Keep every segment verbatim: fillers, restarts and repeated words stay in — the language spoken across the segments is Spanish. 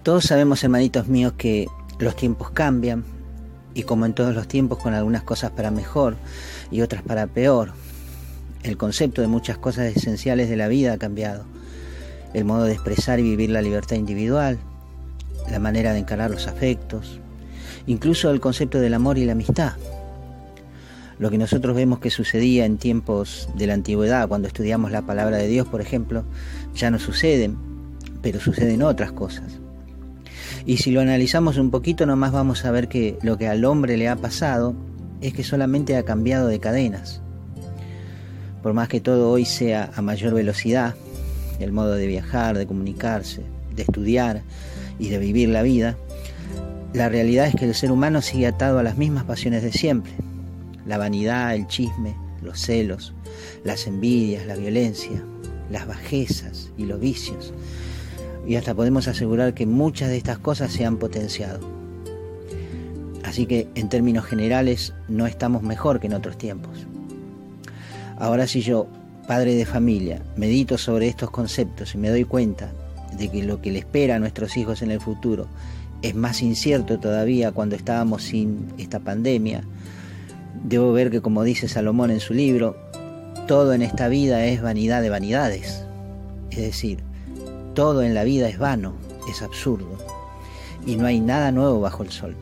Todos sabemos, hermanitos míos, que los tiempos cambian, y como en todos los tiempos, con algunas cosas para mejor y otras para peor. El concepto de muchas cosas esenciales de la vida ha cambiado. El modo de expresar y vivir la libertad individual, la manera de encarar los afectos, incluso el concepto del amor y la amistad. Lo que nosotros vemos que sucedía en tiempos de la antigüedad, cuando estudiamos la palabra de Dios, por ejemplo, ya no suceden, pero suceden otras cosas. Y si lo analizamos un poquito nomás, vamos a ver que lo que al hombre le ha pasado es que solamente ha cambiado de cadenas. Por más que todo hoy sea a mayor velocidad, el modo de viajar, de comunicarse, de estudiar y de vivir la vida, la realidad es que el ser humano sigue atado a las mismas pasiones de siempre. La vanidad, el chisme, los celos, las envidias, la violencia, las bajezas y los vicios. Y hasta podemos asegurar que muchas de estas cosas se han potenciado. Así que, en términos generales, no estamos mejor que en otros tiempos. Ahora, si yo, padre de familia, medito sobre estos conceptos y me doy cuenta de que lo que le espera a nuestros hijos en el futuro es más incierto todavía cuando estábamos sin esta pandemia, debo ver que, como dice Salomón en su libro, todo en esta vida es vanidad de vanidades. Es decir, todo en la vida es vano, es absurdo, y no hay nada nuevo bajo el sol.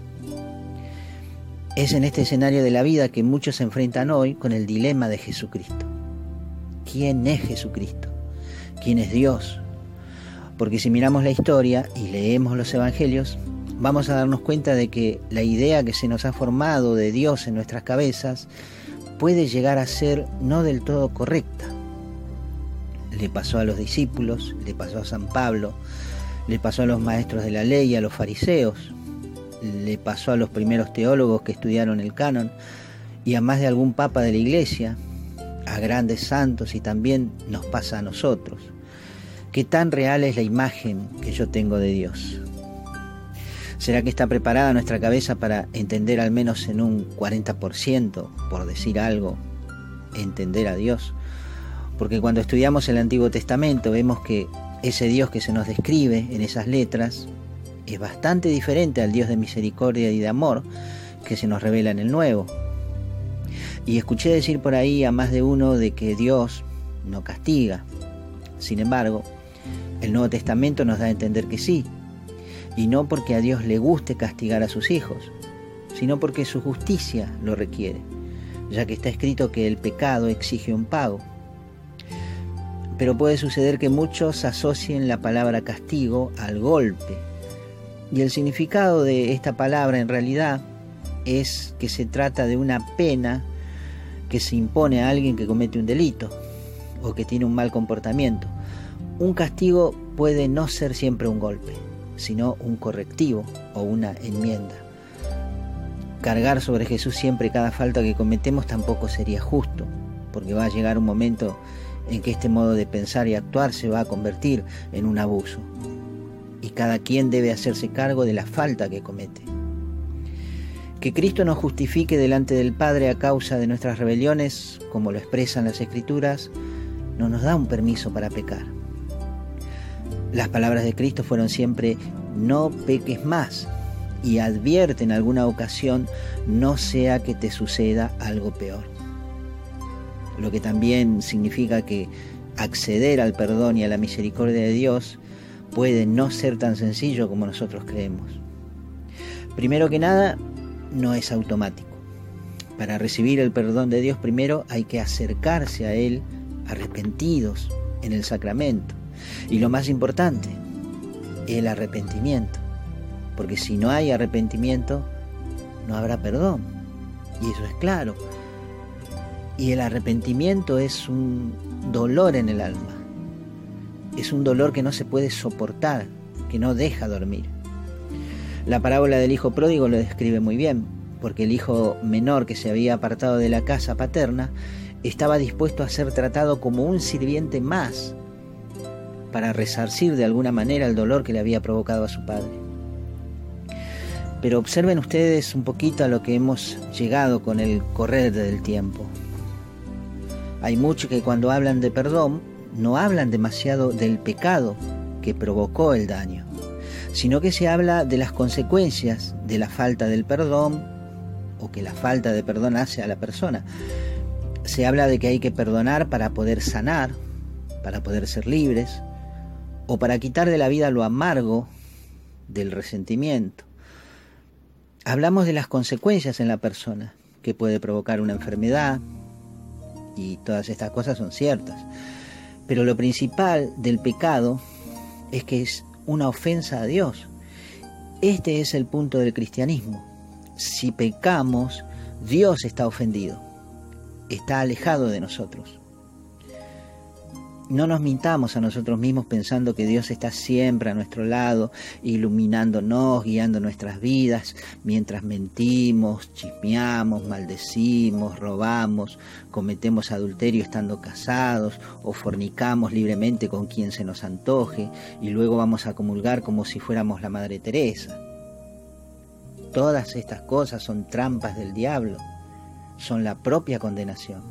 Es en este escenario de la vida que muchos se enfrentan hoy con el dilema de Jesucristo. ¿Quién es Jesucristo? ¿Quién es Dios? Porque si miramos la historia y leemos los evangelios, vamos a darnos cuenta de que la idea que se nos ha formado de Dios en nuestras cabezas puede llegar a ser no del todo correcta. Le pasó a los discípulos, le pasó a San Pablo, le pasó a los maestros de la ley y a los fariseos, le pasó a los primeros teólogos que estudiaron el canon y a más de algún papa de la iglesia, a grandes santos, y también nos pasa a nosotros. ¿Qué tan real es la imagen que yo tengo de Dios? ¿Será que está preparada nuestra cabeza para entender al menos en un cuarenta por ciento, por decir algo, entender a Dios? Porque cuando estudiamos el Antiguo Testamento vemos que ese Dios que se nos describe en esas letras es bastante diferente al Dios de misericordia y de amor que se nos revela en el Nuevo. Y escuché decir por ahí a más de uno de que Dios no castiga. Sin embargo, el Nuevo Testamento nos da a entender que sí, y no porque a Dios le guste castigar a sus hijos, sino porque su justicia lo requiere, ya que está escrito que el pecado exige un pago. Pero puede suceder que muchos asocien la palabra castigo al golpe, y el significado de esta palabra en realidad es que se trata de una pena que se impone a alguien que comete un delito o que tiene un mal comportamiento. Un castigo puede no ser siempre un golpe, sino un correctivo o una enmienda. Cargar sobre Jesús siempre cada falta que cometemos tampoco sería justo, porque va a llegar un momento en que este modo de pensar y actuar se va a convertir en un abuso, y cada quien debe hacerse cargo de la falta que comete. Que Cristo nos justifique delante del Padre a causa de nuestras rebeliones, como lo expresan las Escrituras, no nos da un permiso para pecar. Las palabras de Cristo fueron siempre: no peques más, y advierte en alguna ocasión: no sea que te suceda algo peor. Lo que también significa que acceder al perdón y a la misericordia de Dios puede no ser tan sencillo como nosotros creemos. Primero que nada, no es automático. Para recibir el perdón de Dios, primero hay que acercarse a Él arrepentidos en el sacramento. Y lo más importante, el arrepentimiento. Porque si no hay arrepentimiento, no habrá perdón. Y eso es claro. Y el arrepentimiento es un dolor en el alma. Es un dolor que no se puede soportar, que no deja dormir. La parábola del hijo pródigo lo describe muy bien, porque el hijo menor que se había apartado de la casa paterna estaba dispuesto a ser tratado como un sirviente más para resarcir de alguna manera el dolor que le había provocado a su padre. Pero observen ustedes un poquito a lo que hemos llegado con el correr del tiempo. Hay muchos que cuando hablan de perdón no hablan demasiado del pecado que provocó el daño, sino que se habla de las consecuencias de la falta del perdón o que la falta de perdón hace a la persona. Se habla de que hay que perdonar para poder sanar, para poder ser libres, o para quitar de la vida lo amargo del resentimiento. Hablamos de las consecuencias en la persona, que puede provocar una enfermedad, y todas estas cosas son ciertas. Pero lo principal del pecado es que es una ofensa a Dios. Este es el punto del cristianismo. Si pecamos, Dios está ofendido, está alejado de nosotros. No nos mintamos a nosotros mismos pensando que Dios está siempre a nuestro lado, iluminándonos, guiando nuestras vidas, mientras mentimos, chismeamos, maldecimos, robamos, cometemos adulterio estando casados o fornicamos libremente con quien se nos antoje y luego vamos a comulgar como si fuéramos la Madre Teresa. Todas estas cosas son trampas del diablo, son la propia condenación.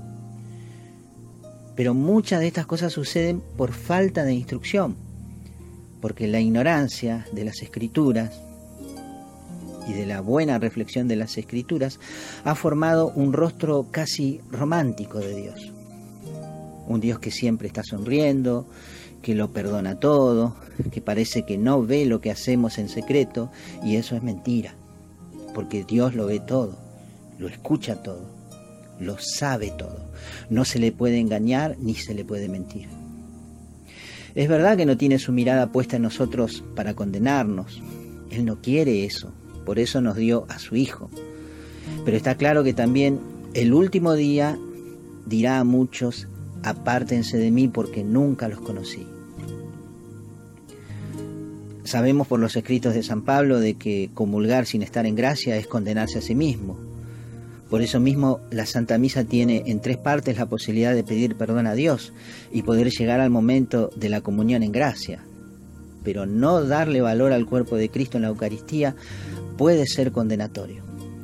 Pero muchas de estas cosas suceden por falta de instrucción, porque la ignorancia de las Escrituras y de la buena reflexión de las Escrituras ha formado un rostro casi romántico de Dios. Un Dios que siempre está sonriendo, que lo perdona todo, que parece que no ve lo que hacemos en secreto, y eso es mentira, porque Dios lo ve todo, lo escucha todo, lo sabe todo. No se le puede engañar ni se le puede mentir. Es verdad que no tiene su mirada puesta en nosotros para condenarnos. Él no quiere eso, por eso nos dio a su Hijo. Pero está claro que también el último día dirá a muchos: apártense de mí porque nunca los conocí. Sabemos por los escritos de San Pablo de que comulgar sin estar en gracia es condenarse a sí mismo. Por eso mismo la Santa Misa tiene en tres partes la posibilidad de pedir perdón a Dios y poder llegar al momento de la comunión en gracia. Pero no darle valor al cuerpo de Cristo en la Eucaristía puede ser condenatorio.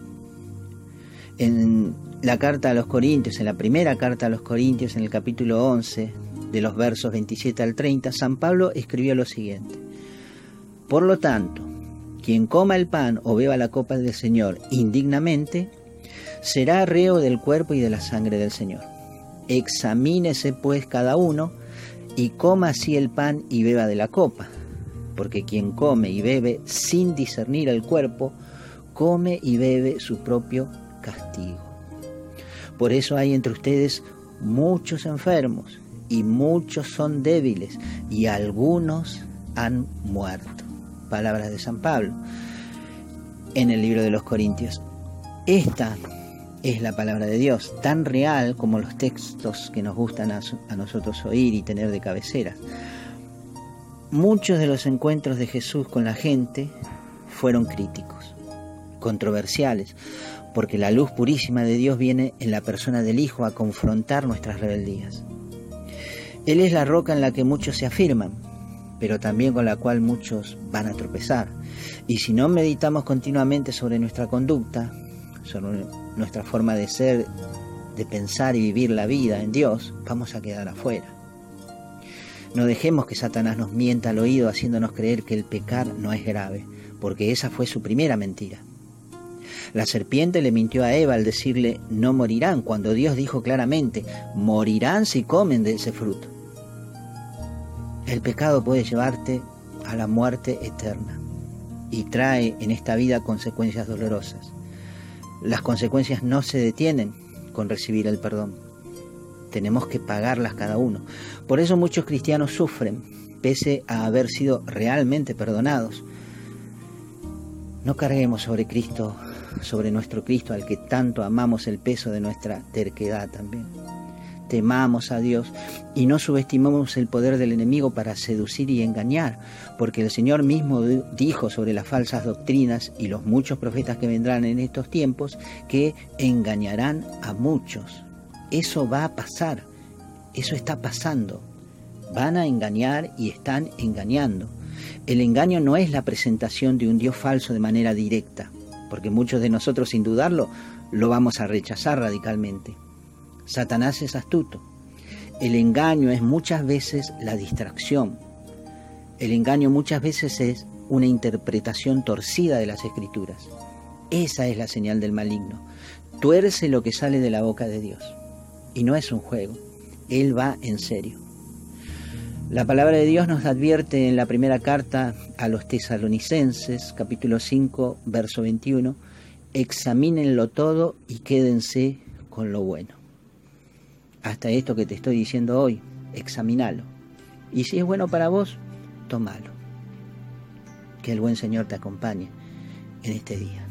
En la carta a los Corintios, en la primera carta a los Corintios, en el capítulo once, de los versos veintisiete al treinta, San Pablo escribió lo siguiente: por lo tanto, quien coma el pan o beba la copa del Señor indignamente, será reo del cuerpo y de la sangre del Señor. Examínese pues cada uno y coma así el pan y beba de la copa, porque quien come y bebe sin discernir el cuerpo, come y bebe su propio castigo. Por eso hay entre ustedes muchos enfermos y muchos son débiles y algunos han muerto. Palabras de San Pablo en el libro de los Corintios. Esta es la palabra de Dios, tan real como los textos que nos gustan a, a nosotros oír y tener de cabecera. Muchos de los encuentros de Jesús con la gente fueron críticos, controversiales, porque la luz purísima de Dios viene en la persona del Hijo a confrontar nuestras rebeldías. Él es la roca en la que muchos se afirman, pero también con la cual muchos van a tropezar. Y si no meditamos continuamente sobre nuestra conducta, sobre nuestra forma de ser, de pensar y vivir la vida en Dios, vamos a quedar afuera. No dejemos que Satanás nos mienta al oído haciéndonos creer que el pecar no es grave, porque esa fue su primera mentira. La serpiente le mintió a Eva al decirle no morirán, cuando Dios dijo claramente morirán si comen de ese fruto. El pecado puede llevarte a la muerte eterna y trae en esta vida consecuencias dolorosas. Las consecuencias no se detienen con recibir el perdón. Tenemos que pagarlas cada uno. Por eso muchos cristianos sufren, pese a haber sido realmente perdonados. No carguemos sobre Cristo, sobre nuestro Cristo, al que tanto amamos, el peso de nuestra terquedad también. Temamos a Dios y no subestimemos el poder del enemigo para seducir y engañar, porque el Señor mismo dijo sobre las falsas doctrinas y los muchos profetas que vendrán en estos tiempos que engañarán a muchos. Eso va a pasar, eso está pasando. Van a engañar y están engañando. El engaño no es la presentación de un Dios falso de manera directa, porque muchos de nosotros, sin dudarlo, lo vamos a rechazar radicalmente. Satanás es astuto. El engaño es muchas veces la distracción. El engaño muchas veces es una interpretación torcida de las Escrituras. Esa es la señal del maligno. Tuerce lo que sale de la boca de Dios. Y no es un juego. Él va en serio. La palabra de Dios nos advierte en la primera carta a los tesalonicenses, capítulo cinco, verso veintiuno, examínenlo todo y quédense con lo bueno. Hasta esto que te estoy diciendo hoy, examínalo. Y si es bueno para vos, tómalo. Que el buen Señor te acompañe en este día.